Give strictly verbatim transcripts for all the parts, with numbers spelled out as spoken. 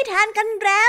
ทานกันแล้ว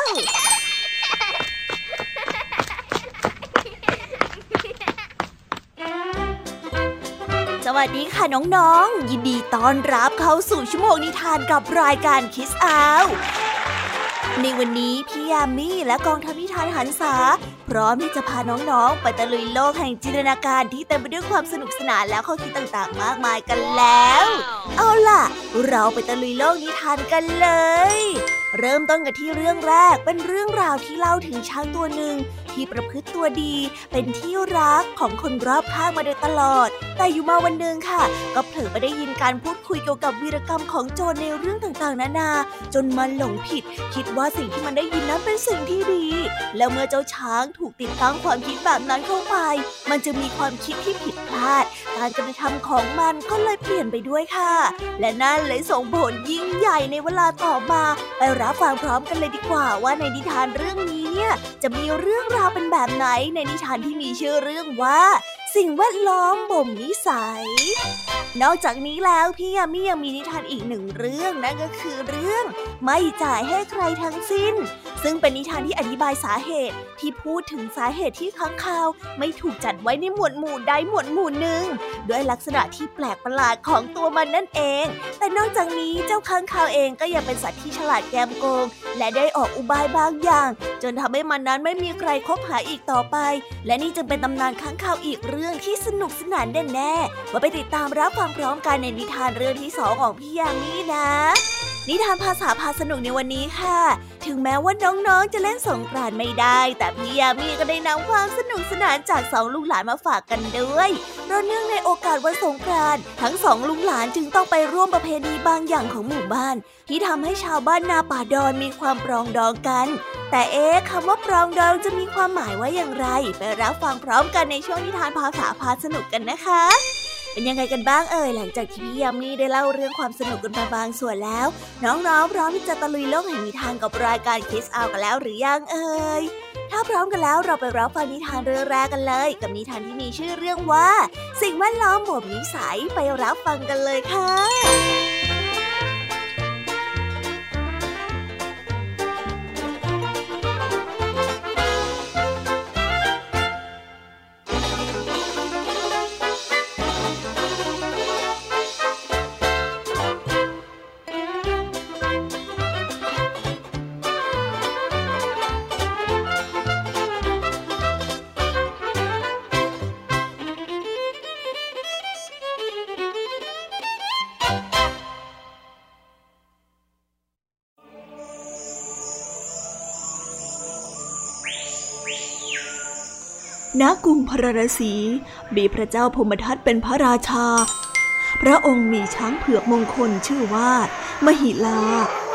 สวัสดีค่ะน้องๆยินดีต้อนรับเข้าสู่ชั่วโมงนิทานกับรายการ Kids Hour ในวันนี้พี่ยามีและกองทัพนิทานหันษาพร้อมที่จะพาน้องๆไปตะลุยโลกแห่งจินตนาการที่เต็มไปด้วยความสนุกสนานและข้อคิดต่างๆมากมายกันแล้วเอาล่ะเราไปตะลุยโลกนิทานกันเลยเริ่มต้นกันที่เรื่องแรกเป็นเรื่องราวที่เล่าถึงช้างตัวหนึ่งที่ประพฤติตัวดีเป็นที่รักของคนรอบข้างมาโดยตลอดแต่อยู่มาวันหนึ่งค่ะก็เผลอไปได้ยินการพูดคุยเกี่ยวกับวีรกรรมของโจรในเรื่องต่างๆนานาจนมันหลงผิดคิดว่าสิ่งที่มันได้ยินนั้นเป็นสิ่งที่ดีแล้วเมื่อเจ้าช้างถูกติดตั้งความคิดแบบนั้นเข้าไปมันจะมีความคิดที่ผิดพลาดการกระทำของมันก็เลยเปลี่ยนไปด้วยค่ะและนั่นเลยส่งผลยิ่งใหญ่ในเวลาต่อมาไปรับฟังพร้อมกันเลยดีกว่าว่าในนิทานเรื่องนี้เนี่ยจะมีเรื่องราวเป็นแบบไหนในนิทานที่มีชื่อเรื่องว่าสิ่งแวดล้อมบ่มนิสัยนอกจากนี้แล้วพี่ยามียังมีนิทานอีกหนึ่งเรื่องนั่นก็คือเรื่องไม่จ่ายให้ใครทั้งสิ้นซึ่งเป็นนิทานที่อธิบายสาเหตุที่พูดถึงสาเหตุที่ค้างคาวไม่ถูกจัดไว้ในหมวดหมู่ใดหมวดหมู่หนึ่งด้วยลักษณะที่แปลกประหลาดของตัวมันนั่นเองแต่นอกจากนี้เจ้าค้างคาวเองก็ยังเป็นสัตว์ที่ฉลาดแกมโกงและได้ออกอุบายบางอย่างจนทำให้มันนั้นไม่มีใครคบหาอีกต่อไปและนี่จึงเป็นตำนานค้างคาวอีกเรื่องที่สนุกสนานแน่ๆมาไปติดตามรับฟังพร้อมกันในนิทานเรื่องที่สองของพี่ยามีนะนิทานภาษาพาสนุกในวันนี้ค่ะถึงแม้ว่าน้องๆจะเล่นสงกรานต์ไม่ได้แต่พี่ยามีก็ได้นำความสนุกสนานจากสองลุงหลานมาฝากกันด้วยเพราะเนื่องในโอกาสวันสงกรานต์ทั้งสองลุงหลานจึงต้องไปร่วมประเพณีบางอย่างของหมู่บ้านที่ทำให้ชาวบ้านนาป่าดอนมีความปรองดองกันแต่เอ๊ะคำว่าปรองดองจะมีความหมายว่าอย่างไรไปรับฟังพร้อมกันในช่วงนิทานภาษาพาสนุกกันนะคะเป็นยังไงกันบ้างเอ่ยหลังจากที่พี่ยามีได้เล่าเรื่องความสนุกกันไปบางส่วนแล้วน้องๆพร้อมที่จะตะลุยโลกแห่งนิทานกับรายการ Kids Hour กันแล้วหรือยังเอ่ยถ้าพร้อมกันแล้วเราไปรับฟังนิทานเรื่องแรกกันเลยกับนิทานที่มีชื่อเรื่องว่าสิ่งแวดล้อมบ่มนิสัยไปรับฟังกันเลยค่ะณ กรุงพาราณสีมีพระเจ้าพมทัตเป็นพระราชาพระองค์มีช้างเผือกมงคลชื่อว่ามหิลา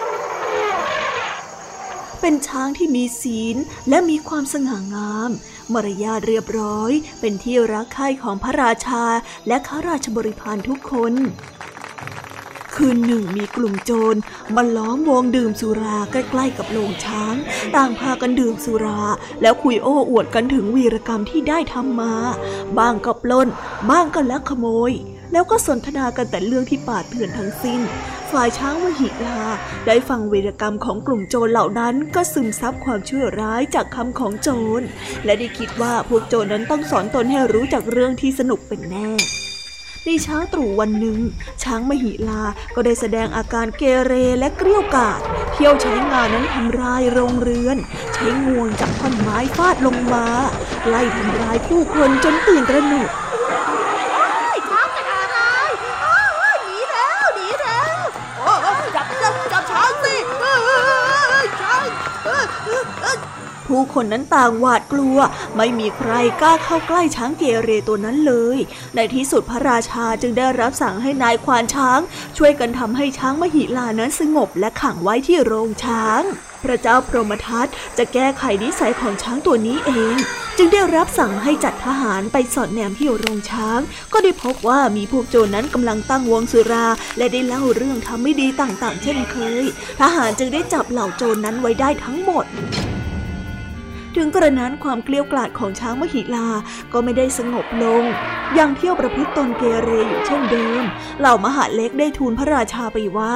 เป็นช้างที่มีศีลและมีความสง่างามมารยาทเรียบร้อยเป็นที่รักใคร่ของพระราชาและข้าราชบริพารทุกคนคืนหนึ่งมีกลุ่มโจรมาล้อมวงดื่มสุราใกล้ๆกับโรงช้างต่างพากันดื่มสุราแล้วคุยโอ้อวดกันถึงวีรกรรมที่ได้ทำมาบ้างก็ปล้นบ้างก็ลักขโมยแล้วก็สนทนากันแต่เรื่องที่ป่าเถื่อนทั้งสิ้นฝ่ายช้างมหิลาได้ฟังวีรกรรมของกลุ่มโจรเหล่านั้นก็ซึมซับความชั่วร้ายจากคำของโจรและได้คิดว่าพวกโจรนั้นต้องสอนตนให้รู้จักเรื่องที่สนุกเป็นแน่ในเช้าตรู่วันหนึ่งช้างมหิลาก็ได้แสดงอาการเกเรและเกรี้ยวกราดเที่ยวใช้งานั้นทำลายโรงเรือนใช้งวงจับท่อนไม้ฟาดลงมาไล่ทำร้ายผู้คนจนตื่นตระหนกช้างเป็นอะไรหนีแล้วหนีแล้วจับจับจับช้างสิช้างผู้คนนั้นต่างหวาดกลัวไม่มีใครกล้าเข้าใกล้ช้างเกเรตัวนั้นเลยในที่สุดพระราชาจึงได้รับสั่งให้นายควานช้างช่วยกันทำให้ช้างมหิลานั้นสงบและขังไว้ที่โรงช้างพระเจ้าพรหมทัตจะแก้ไขนิสัยของช้างตัวนี้เองจึงได้รับสั่งให้จัดทหารไปสอดแนมที่โรงช้างก็ได้พบว่ามีพวกโจรนั้นกำลังตั้งวงสุราและได้เล่าเรื่องทำไม่ดีต่างๆเช่นเคยทหารจึงได้จับเหล่าโจรนั้นไว้ได้ทั้งหมดถึงกระนั้นความเกลี้ยกล่อมของช้างมหิลาก็ไม่ได้สงบลงยังเที่ยวประพฤติตนเกเรอยู่เช่นเดิมเหล่ามหาเล็กได้ทูลพระราชาไปว่า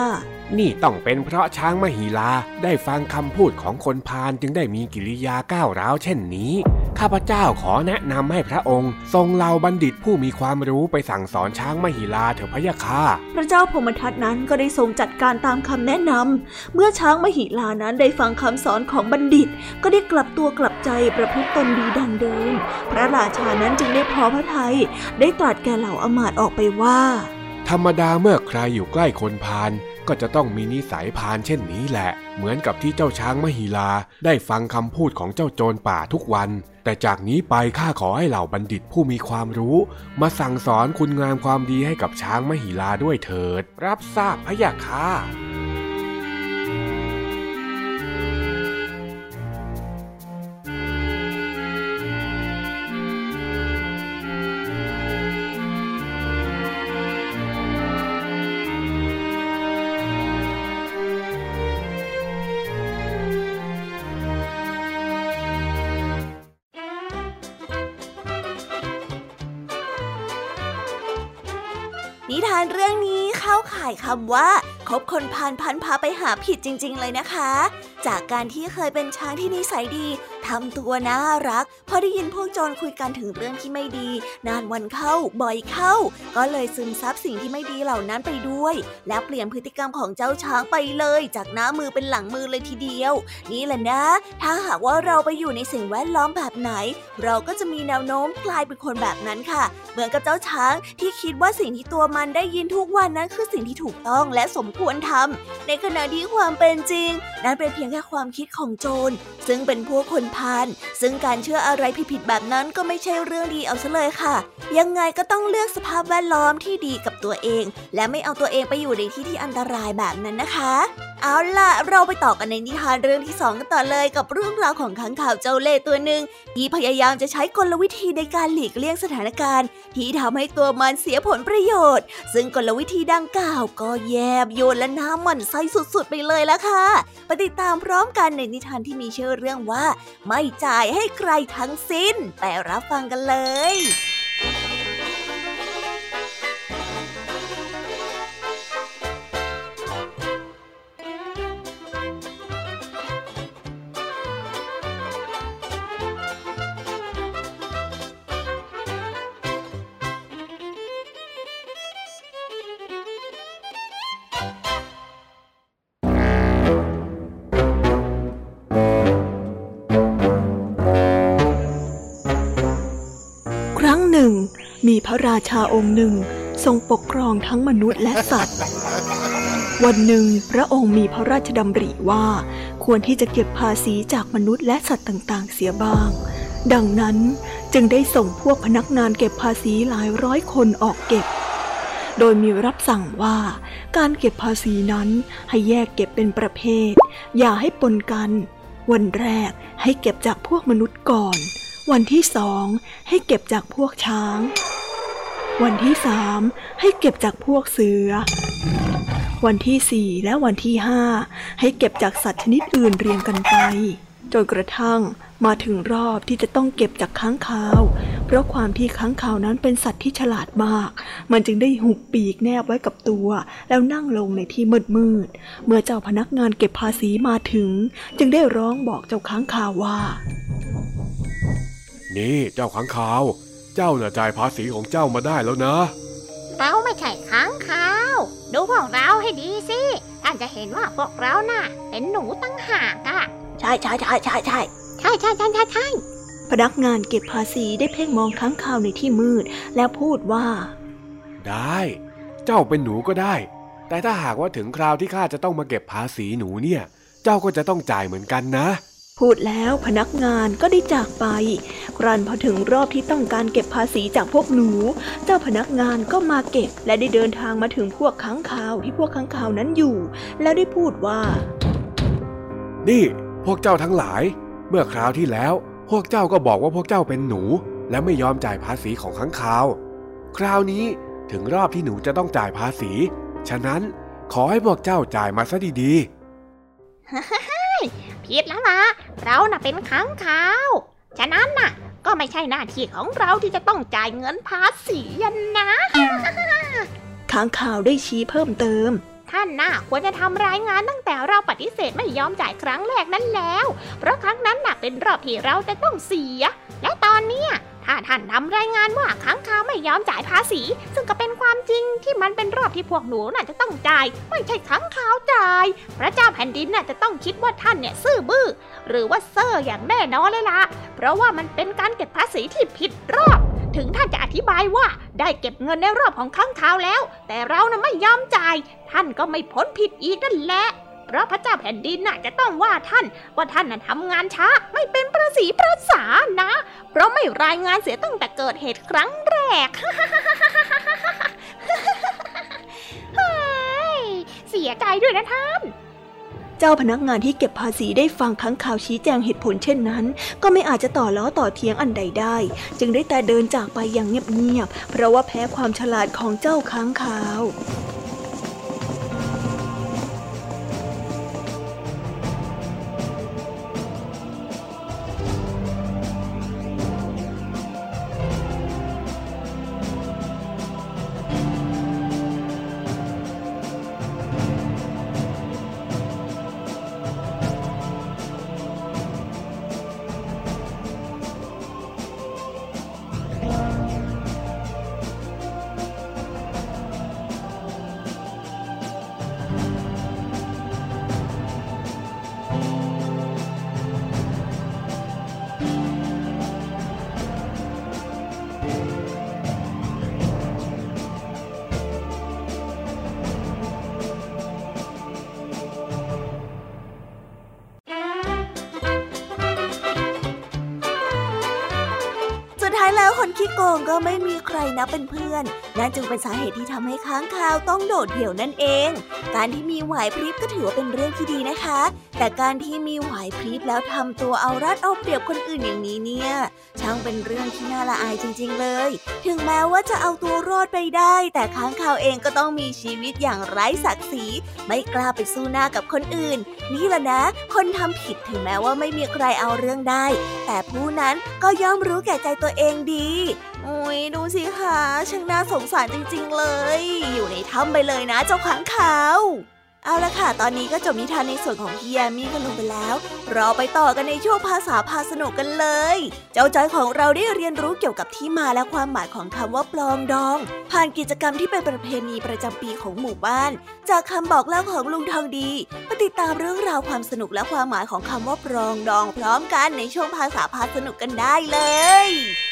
นี่ต้องเป็นเพราะช้างมหีลาได้ฟังคำพูดของคนพาลจึงได้มีกิริยาก้าวร้าวเช่นนี้ข้าพเจ้าขอแนะนำให้พระองค์ทรงเหล่าบัณฑิตผู้มีความรู้ไปสั่งสอนช้างมหีลาเถิดพะยะค่ะพระเจ้าพมทัตนั้นก็ได้ทรงจัดการตามคำแนะนำเมื่อช้างมหีลานั้นได้ฟังคำสอนของบัณฑิตก็ได้กลับตัวกลับใจประพฤติตนดีดังเดิมพระราชานั้นจึงได้พอพระทัยได้ตรัสแก่เหล่าอมาตย์ออกไปว่าธรรมดาเมื่อใครอยู่ใกล้คนพาลก็จะต้องมีนิสัยพาลเช่นนี้แหละเหมือนกับที่เจ้าช้างมหีลาได้ฟังคำพูดของเจ้าโจรป่าทุกวันแต่จากนี้ไปข้าขอให้เหล่าบัณฑิตผู้มีความรู้มาสั่งสอนคุณงามความดีให้กับช้างมหีลาด้วยเถิดรับทราบพะยะค่ะนิทานเรื่องนี้เข้าข่ายคำว่าคบคนพาลพันพาไปหาผิดจริงๆเลยนะคะจากการที่เคยเป็นช้างที่นิสัยดีทำตัวน่ารักพอได้ยินพวกโจรคุยกันถึงเรื่องที่ไม่ดีนานวันเข้าบ่อยเข้าก็เลยซึมซับสิ่งที่ไม่ดีเหล่านั้นไปด้วยและเปลี่ยนพฤติกรรมของเจ้าช้างไปเลยจากหน้ามือเป็นหลังมือเลยทีเดียวนี่แหละนะถ้าหากว่าเราไปอยู่ในสิ่งแวดล้อมแบบไหนเราก็จะมีแนวโน้มกลายเป็นคนแบบนั้นค่ะเหมือนกับเจ้าช้างที่คิดว่าสิ่งที่ตัวมันได้ยินทุกวันนั้นคือสิ่งที่ถูกต้องและสมควรทำในขณะที่ความเป็นจริงนั้นเป็นเพียงแค่ความคิดของโจรซึ่งเป็นพวกคนพาลซึ่งการเชื่ออะไรผิดๆแบบนั้นก็ไม่ใช่เรื่องดีเอาซะเลยค่ะยังไงก็ต้องเลือกสภาพแวดล้อมที่ดีกับตัวเองและไม่เอาตัวเองไปอยู่ในที่ที่อันตรายแบบนั้นนะคะเอาล่ะเราไปต่อกันในนิทานเรื่องที่สองกันต่อเลยกับเรื่องราวของค้างคาวเจ้าเล่ห์ตัวหนึ่งที่พยายามจะใช้กลวิธีในการหลีกเลี่ยงสถานการณ์ที่ทำให้ตัวมันเสียผลประโยชน์ซึ่งกลวิธีดังกล่าวก็แยบยลและน่าหมั่นไส้สุดๆไปเลยละค่ะไปติดตามพร้อมกันในนิทานที่มีชื่อเรื่องว่าไม่จ่ายให้ใครทั้งสิ้นไปรับฟังกันเลยมีพระราชาองค์หนึ่งทรงปกครองทั้งมนุษย์และสัตว์วันหนึ่งพระองค์มีพระราชดำริว่าควรที่จะเก็บภาษีจากมนุษย์และสัตว์ต่างๆเสียบ้างดังนั้นจึงได้ส่งพวกพนักงานเก็บภาษีหลายร้อยคนออกเก็บโดยมีรับสั่งว่าการเก็บภาษีนั้นให้แยกเก็บเป็นประเภทอย่าให้ปนกันวันแรกให้เก็บจากพวกมนุษย์ก่อนวันที่สองให้เก็บจากพวกช้างวันที่สามให้เก็บจากพวกเสือวันที่สี่และวันที่ห้าให้เก็บจากสัตว์ชนิดอื่นเรียงกันไปจนกระทั่งมาถึงรอบที่จะต้องเก็บจากค้างคาวเพราะความที่ค้างคาวนั้นเป็นสัตว์ที่ฉลาดมากมันจึงได้หุบปีกแนบไว้กับตัวแล้วนั่งลงในที่มืดๆเมื่อเจ้าพนักงานเก็บภาษีมาถึงจึงได้ร้องบอกเจ้าค้างคาวว่านี่เจ้าค้างคาวเจ้าน่ะจ่ายภาษีของเจ้ามาได้แล้วนะเราไม่ใช่ค้างคาวดูพวกเราให้ดีสิท่านจะเห็นว่าพวกเราน่ะเป็นหนูตั้งหากอ่ะใช่ใช่ใช่ใช่ใช่ใช่ใช่ใช่ใช่ใช่พนักงานเก็บภาษีได้เพ่งมองค้างคาวในที่มืดแล้วพูดว่าได้เจ้าเป็นหนูก็ได้แต่ถ้าหากว่าถึงคราวที่ข้าจะต้องมาเก็บภาษีหนูเนี่ยเจ้าก็จะต้องจ่ายเหมือนกันนะพูดแล้วพนักงานก็ได้จากไปครั้นพอถึงรอบที่ต้องการเก็บภาษีจากพวกหนูเจ้าพนักงานก็มาเก็บและได้เดินทางมาถึงพวกค้างคาวที่พวกค้างคาวนั้นอยู่แล้วได้พูดว่านี่พวกเจ้าทั้งหลายเมื่อคราวที่แล้วพวกเจ้าก็บอกว่าพวกเจ้าเป็นหนูและไม่ยอมจ่ายภาษีของค้างคาวคราวนี้ถึงรอบที่หนูจะต้องจ่ายภาษีฉะนั้นขอให้พวกเจ้าจ่ายมาซะดีๆผิดแล้วล่ะเราน่ะเป็นค้างคาวฉะนั้นน่ะก็ไม่ใช่หน้าที่ของเราที่จะต้องจ่ายเงินภาษีนะค้างคาวได้ชี้เพิ่มเติมท่านน่ะควรจะทำรายงานตั้งแต่เราปฏิเสธไม่ยอมจ่ายครั้งแรกนั้นแล้วเพราะครั้งนั้นน่ะเป็นรอบที่เราจะต้องเสียและตอนเนี้ยถ้าท่านทำรายงานว่าค้างคาวไม่ยอมจ่ายภาษีซึ่งก็เป็นความจริงที่มันเป็นรอบที่พวกหนูน่ะจะต้องจ่ายไม่ใช่ค้างคาวจ่ายพระเจ้าแผ่นดินน่ะจะต้องคิดว่าท่านเนี่ยซื่อบื้อหรือว่าเซ่ออย่างแน่นอนเลยล่ะเพราะว่ามันเป็นการเก็บภาษีที่ผิดรอบถึงท่านจะอธิบายว่าได้เก็บเงินในรอบของค้างคาวแล้วแต่เราน่ะไม่ยอมจ่ายท่านก็ไม่พ้นผิดอีกนั่นแหละเพราะพระเจ้าแผ่นดินน่ะจะต้องว่าท่านว่าท่านน่ะทำงานช้าไม่เป็นประสีประสานะเพราะไม่รายงานเสียตั้งแต่เกิดเหตุครั้งแรก เสียใจด้วยนะท่านเจ้าพนักงานที่เก็บภาษีได้ฟังค้างคาวชี้แจงเหตุผลเช่นนั้นก็ไม่อาจจะต่อล้อต่อเถียงอันใดได้จึงได้แต่เดินจากไปอย่างเงียบๆเพราะว่าแพ้ความฉลาดของเจ้าค้างคาวแล้วคนขี้โกงก็ไม่มีใครนับเป็นเพื่อนนั่นจึงเป็นสาเหตุที่ทำให้ค้างคาวต้องโดดเดี่ยวนั่นเองการที่มีไหวพริบก็ถือว่าเป็นเรื่องที่ดีนะคะแต่การที่มีไหวพริบแล้วทำตัวเอารัดเอาเปรียบคนอื่นอย่างนี้เนี่ยช่างเป็นเรื่องที่น่าละอายจริงๆเลยถึงแม้ว่าจะเอาตัวรอดไปได้แต่ค้างคาวเองก็ต้องมีชีวิตอย่างไร้ศักดิ์ศรีไม่กล้าไปสู้หน้ากับคนอื่นนี่แหละนะคนทำผิดถึงแม้ว่าไม่มีใครเอาเรื่องได้แต่ผู้นั้นก็ย่อมรู้แก่ใจตัวเองดีโอ้ยดูสิคะช่างน่าสงสารจริงๆเลยอยู่ในถ้ำไปเลยนะเจ้าค้างคาวเอาละค่ะตอนนี้ก็จบนิทานในส่วนของพี่ยามีกันลงไปแล้วเราไปต่อกันในช่วงภาษาพาสนุกกันเลยเจ้าจอยของเราได้เรียนรู้เกี่ยวกับที่มาและความหมายของคำว่าปลองดองผ่านกิจกรรมที่เป็นประเพณีประจำปีของหมู่บ้านจากคำบอกเล่าของลุงทองดีไปติดตามเรื่องราวความสนุกและความหมายของคำว่าปลองดองพร้อมกันในช่วงภาษาพาสนุกกันได้เลย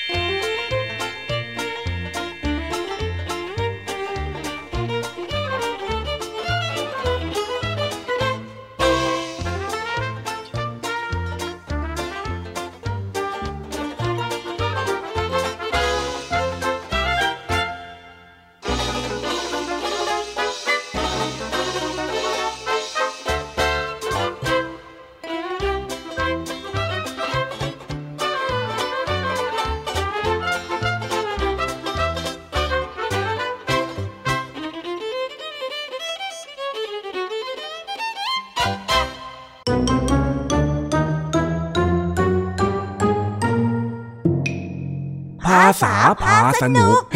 ภาษาพาสนุก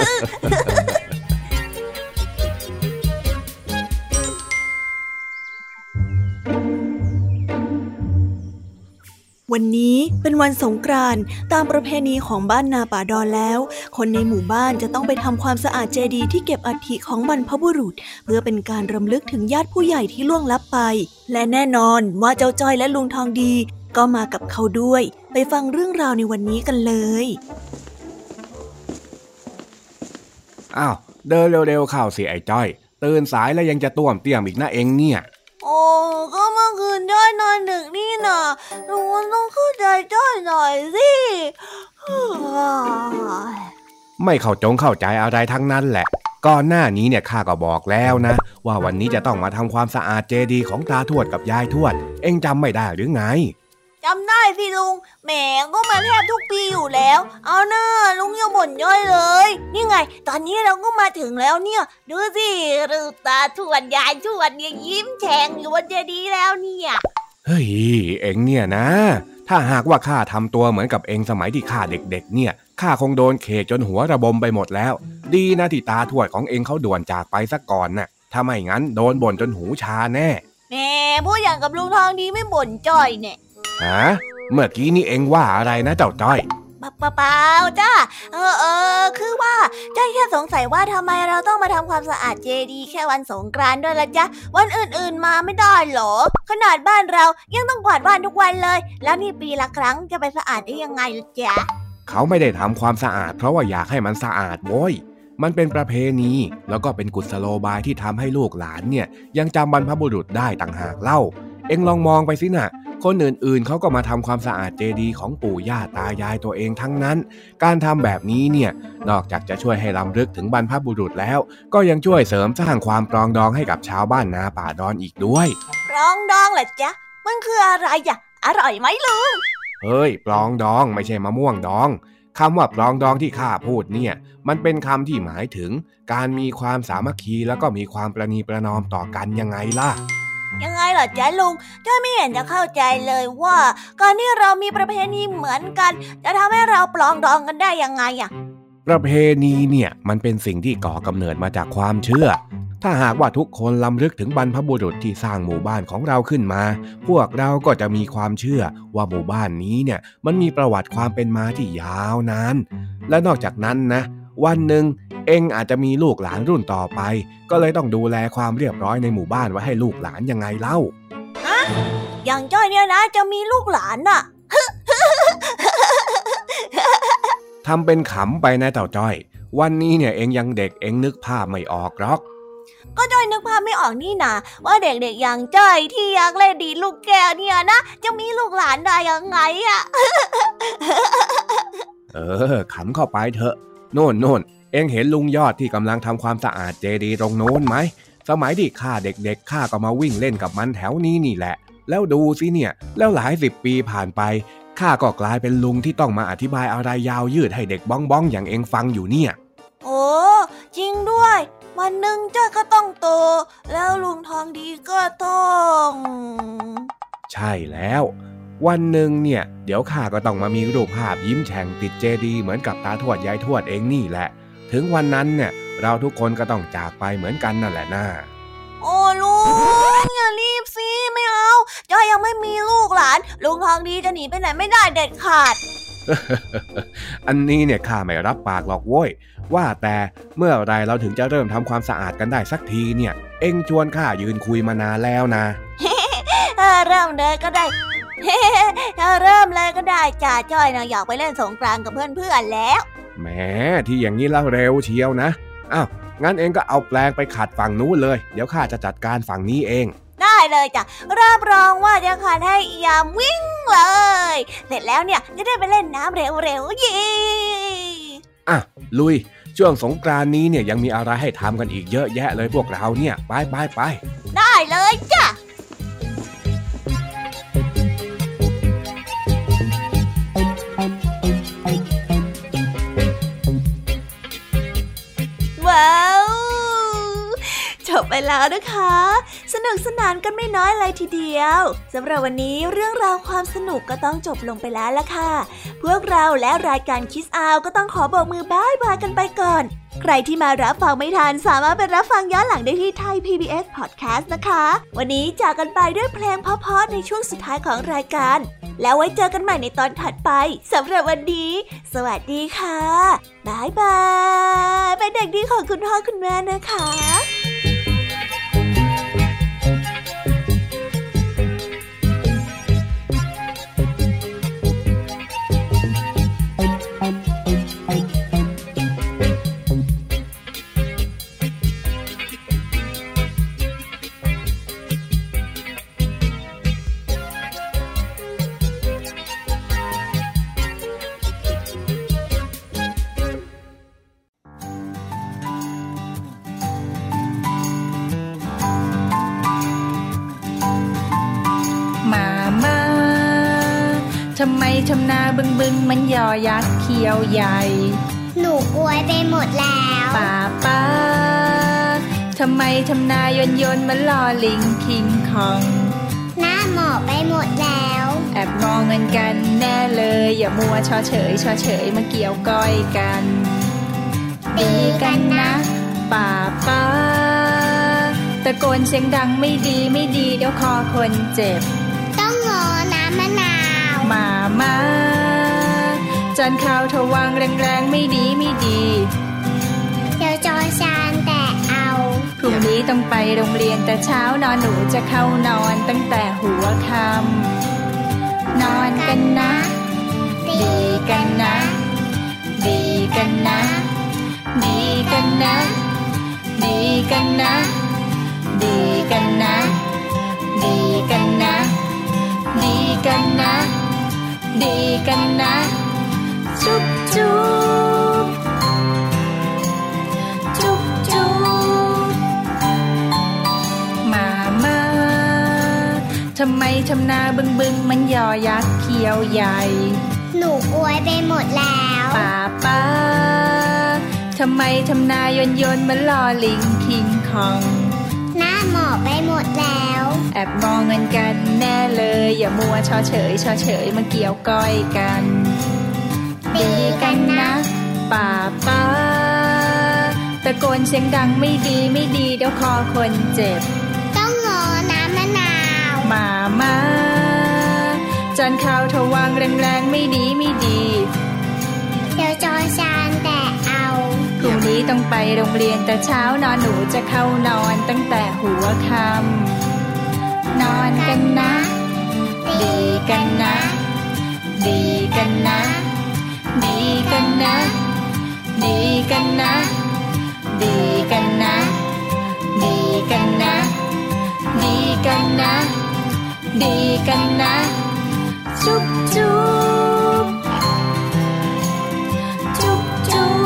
วันนี้เป็นวันสงกรานต์ตามประเพณีของบ้านนาป่าดอนแล้วคนในหมู่บ้านจะต้องไปทำความสะอาดเจดีย์ที่เก็บอัฐิของบรรพบุรุษเพื่อเป็นการรำลึกถึงญาติผู้ใหญ่ที่ล่วงลับไปและแน่นอนว่าเจ้าจ้อยและลุงทองดีก็มากับเขาด้วยไปฟังเรื่องราวในวันนี้กันเลยอ้าวเดินเร็วๆเข้าสิไอ้จ้อยตื่นสายแล้วยังจะต้วมเตี้ยมอีกนะเองเนี่ยโอ้ก็เมื่อคืนจ้อยนอนดึกนี่นะลุงต้องเข้าใจจ้อยหน่อยสิไม่เข้าจงเข้าใจอะไรทั้งนั้นแหละก่อนหน้านี้เนี่ยข้าก็บอกแล้วนะว่าวันนี้จะต้องมาทำความสะอาดเจดีย์ของตาทวดกับยายทวดเอ็งจำไม่ได้หรือไงจำได้สิลุงแหมก็มาแทบทุกปีอยู่แล้วเอาหน้าลุงอย่าบ่นย่อยเลยนี่ไงตอนนี้เราก็มาถึงแล้วเนี่ยดูสิรูปตาทวดยายทวดเนี่ยยิ้มแฉ่งอยู่บนเจดีย์แล้วเนี่ยเฮ้ยเอ็งเนี่ยนะถ้าหากว่าข้าทำตัวเหมือนกับเอ็งสมัยที่ข้าเด็กๆเนี่ยข้าคงโดนเขกจนหัวระบมไปหมดแล้วดีนะที่ตาทวดของเอ็งเขาด่วนจากไปซะก่อนน่ะถ้าไม่งั้นโดนบ่นจนหูชาแน่แหมพูดอย่างกับลุงทองดีไม่บ่นจ้อยเนี่ยฮะเมื่อกี้นี่เอ็งว่าอะไรนะเจ้าจ้อยเปล่าๆจ้าเออเออคือว่าจ้อยแค่สงสัยว่าทำไมเราต้องมาทำความสะอาดเจดีย์แค่วันสงกรานต์ด้วยล่ะจ๊ะวันอื่นๆมาไม่ได้หรอขนาดบ้านเรายังต้องกวาดบ้านทุกวันเลยแล้วนี่ปีละครั้งจะไปสะอาดได้ยังไงล่ะจ๊ะเขาไม่ได้ทำความสะอาดเพราะว่าอยากให้มันสะอาดโว้ยมันเป็นประเพณีแล้วก็เป็นกุศโลบายที่ทำให้ลูกหลานเนี่ยยังจำบรรพบุรุษได้ต่างหากเล่าเอ็งลองมองไปสินะคนอื่นๆเขาก็มาทำความสะอาดเจดีย์ของปู่ย่าตายายตัวเองทั้งนั้นการทำแบบนี้เนี่ยนอกจากจะช่วยให้รำลึกถึงบรรพบุรุษแล้วก็ยังช่วยเสริมสร้างความปรองดองให้กับชาวบ้านนาป่าดอนอีกด้วยปรองดองเหรอจ๊ะมันคืออะไรอ่ะอร่อยไหมลุงเฮ้ยปรองดองไม่ใช่มะม่วงดองคำว่าปรองดองที่ข้าพูดเนี่ยมันเป็นคำที่หมายถึงการมีความสามัคคีแล้วก็มีความประนีประนอมต่อกันยังไงล่ะยังไงล่ะจ๊ะลุงจ้อยไม่เห็นจะเข้าใจเลยว่าการที่เรามีประเพณีเหมือนกันจะทำให้เราปรองดองกันได้ยังไงอ่ะประเพณีเนี่ยมันเป็นสิ่งที่ก่อกำเนิดมาจากความเชื่อถ้าหากว่าทุกคนรำลึกถึงบรรพบุรุษที่สร้างหมู่บ้านของเราขึ้นมาพวกเราก็จะมีความเชื่อว่าหมู่บ้านนี้เนี่ยมันมีประวัติความเป็นมาที่ยาวนานและนอกจากนั้นนะวันหนึ่งเอ็งอาจจะมีลูกหลานรุ่นต่อไปก็เลยต้องดูแลความเรียบร้อยในหมู่บ้านไว้ให้ลูกหลานยังไงเล่าฮะอย่างจ้อยเนี่ยนะจะมีลูกหลานน่ะทำเป็นขำไปนะเต่าจ้อยวันนี้เนี่ยเอ็งยังเด็กเอ็งนึกภาพไม่ออกหรอกก็จ้อยนึกภาพไม่ออกนี่นะว่าเด็กๆอย่างจ้อยที่อยากเล่นดีลูกแก้วเนี่ยนะจะมีลูกหลานได้ยังไงอ่ะเออขำเข้าไปเถอะโน่นโน่นเอ็งเห็นลุงยอดที่กำลังทำความสะอาดเจดีย์ตรงโน้นไหมสมัยที่ข้าเด็กๆข้าก็มาวิ่งเล่นกับมันแถวนี้นี่แหละแล้วดูสิเนี่ยแล้วหลายสิบปีผ่านไปข้าก็กลายเป็นลุงที่ต้องมาอธิบายอะไรยาวยืดให้เด็กบ้องบ้องอย่างเอ็งฟังอยู่เนี่ยโอ้จริงด้วยวันหนึ่งจ้อยก็ต้องโตแล้วลุงทองดีก็ต้องใช่แล้ววันหนึ่งเนี่ยเดี๋ยวข้าก็ต้องมามีรูปภาพยิ้มแฉ่งติดเจดีย์เหมือนกับตาทวดยายทวดเองนี่แหละถึงวันนั้นเนี่ยเราทุกคนก็ต้องจากไปเหมือนกันนั่นแหละนะโอ้ลุงอย่ารีบสิไม่เอาจ้อยยังไม่มีลูกหลานลุงทองดีจะหนีไปไหนไม่ได้เด็ดขาดอันนี้เนี่ยข้าไม่รับปากหรอกโว้ยว่าแต่เมื่อไรเราถึงจะเริ่มทำความสะอาดกันได้สักทีเนี่ยเอ็งชวนข้ายืนคุยมานานแล้วนะเริ่มเลยก็ได้ เริ่มเลยก็ได้จ่าจ้อยนะอยากไปเล่นสงกรานต์กับเพื่อนๆแล้วแหมที่อย่างนี้แล้วเร็วเชียวนะอ้าวงั้นเอ็งก็เอาแปลงไปขัดฝั่งนู้นเลยเดี๋ยวข้าจะจัดการฝั่งนี้เองได้เลยจ้ะรับรองว่าจะขัดให้ยามวิ่งเลยเสร็จแล้วเนี่ยจะได้ไปเล่นน้ำเร็วๆยี่อ่ะลุยช่วงสงกรานต์นี้เนี่ยยังมีอะไรให้ทำกันอีกเยอะแยะเลยพวกเราเนี่ยไปไปไปได้เลยจ้ะว้าวจบไปแล้วนะคะสนุกสนานกันไม่น้อยเลยทีเดียวสำหรับวันนี้เรื่องราวความสนุกก็ต้องจบลงไปแล้วล่ะค่ะพวกเราและรายการคิสอาวก็ต้องขอบอกมือบ๊ายบายกันไปก่อนใครที่มารับฟังไม่ทันสามารถไปรับฟังย้อนหลังได้ที่ Thai พี บี เอส Podcast นะคะวันนี้จากกันไปด้วยเพลงเพราะๆในช่วงสุดท้ายของรายการแล้วไว้เจอกันใหม่ในตอนถัดไปสำหรับวันนี้สวัสดีค่ะบ๊ายบายเป็นเด็กดีของคุณพ่อคุณแม่นะคะทำไมทำนาบึงบึงมันยอยักษ์เขียวใหญ่หนูกลัวไปหมดแล้วป้าป้าทำไมทำนายนยนมันลอลิงคิงคองหน้าหมอบไปหมดแล้วแอบมองเงินกันแน่เลยอย่ามัวชอเฉยชอเฉยมาเกี่ยวก้อยกันดีกันนะป้าป้าตะโกนเสียงดังไม่ดีไม่ดีเดี๋ยวคอคนเจ็บต้องงอน้ำมะนาวมามาจานข้าวทวางแรงๆไม่ดีไม่ดีเดี๋ยวจอชานแต่เอาพรุ่งนี้ต้องไปโรงเรียนแต่เช้านอนหนูจะเข้านอนตั้งแต่หัวค่ำนอนกันนะดีกันนะดีกันนะดีกันนะดีกันนะดีกันนะดีกันนะดีกันนะดีกันนะจุ๊บจุ๊บจุ๊บจุ๊บมามาทำไมทำนาบึงบึงมันยอยักษ์เขียวใหญ่หนูกลัวไปหมดแล้วป้าป้าทำไมทำนายนยนมันลอลิงคิงคองหน้าหมอบไปหมดแล้วแอบมองเงินกันแน่เลยอย่ามัวชอเฉยชอเฉยมาเกี่ยวก้อยกันดีกันนะป้าป้าตะโกนเสียงดังไม่ดีไม่ดีเดี๋ยวคอคนเจ็บต้องงอน้ำมะนาวมามาจานข้าวทวางแรงๆไม่ดีไม่ดีเดี๋ยวจอชานแต่เอาพรุ่งนี้ต้องไปโรงเรียนแต่เช้านอนหนูจะเข้านอนตั้งแต่หัวค่ำนอนกันนะดีกันนะดีกันนะดีกันนะดีกันนะดีกันนะดีกันนะดีกันนะดีกันนะจุ๊บจุ๊บจุ๊บจุ๊บ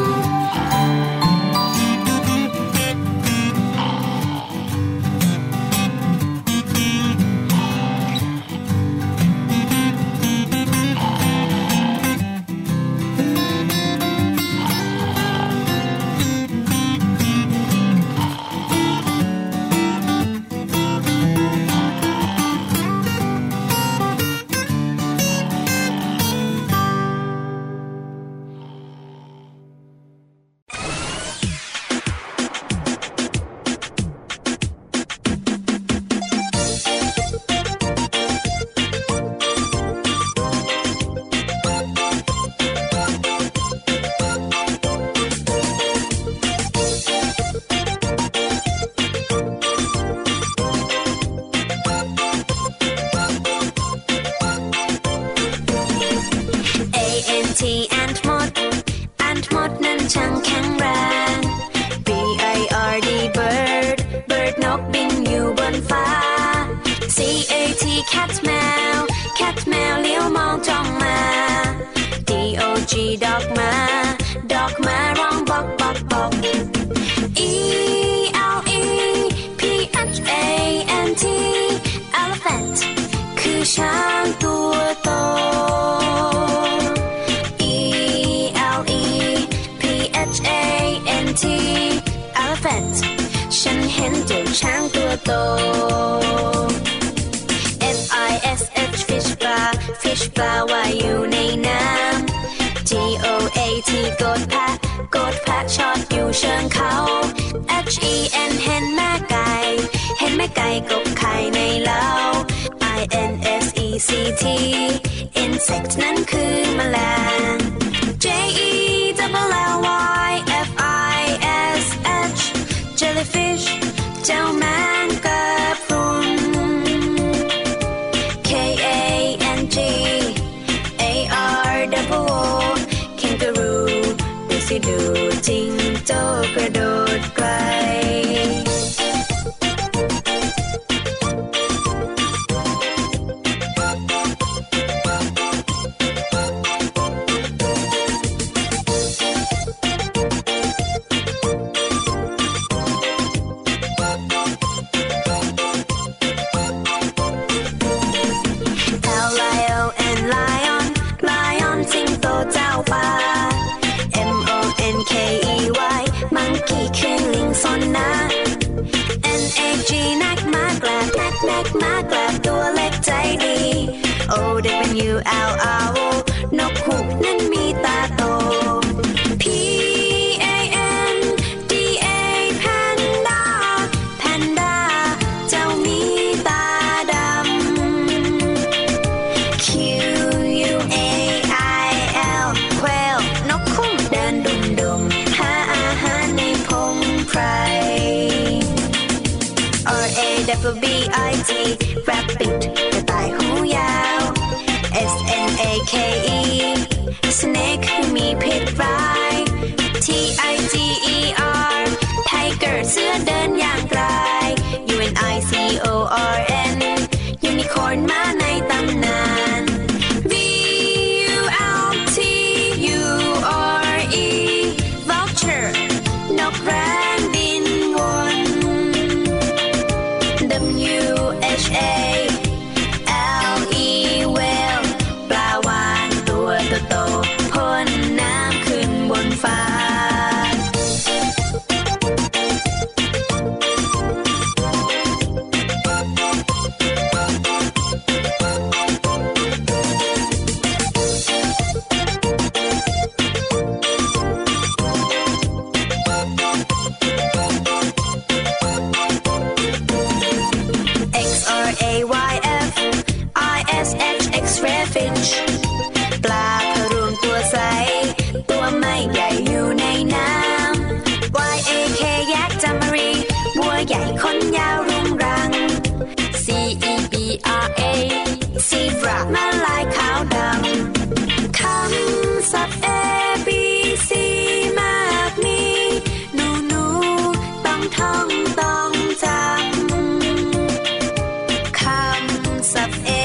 ดอกมาดอกมาร้องบอกบอกบอก E L E P H A N T elephant คือช้างตัวโต E L E P H A N T elephant ฉันเห็นเจ้าช้างตัวโต F I S H fish ปลา fish ปลาว่ายอยู่ในน้ำG O A T กดแพะกดแพะชอดอยู่เชิงเขา H E N เห็นแม่ไก่เห็นแม่ไก่กบไข่ในเล้า I N S E C T insect นั้นคือแมลง J E L L Y F I S H jellyfish เจ้าแมงกะพรุน K A N G A R double Oดูจิงโจ้กระโดดไกลU L L นกฮูกนั้นมีตาโต P A N D A Panda Panda rabbit กระต่ายหูยาว S N A K E snake มีพิษร้าย T I G E R tiger เสือเดินอย่างไกล U N I C O R N unicorn ม้าในตำนาน V U L T U R E vulture นกแร้งบินวน W H A L E whale ปลาวาฬตัวโตๆพ่นน้ำขึ้นบนฟ้าX-ray fish ปลาพะรวมตัวใสตัวไม่ใหญ่อยู่ในน้ำ Y A K ยักษ์จามรีบัวใหญ่ขนยาวรุงรัง C E B R A zebra ม้าลายขาวดำคำศัพท์ A B C มากมีหนูหนูต้องท่องต้องจำคำศัพท์ A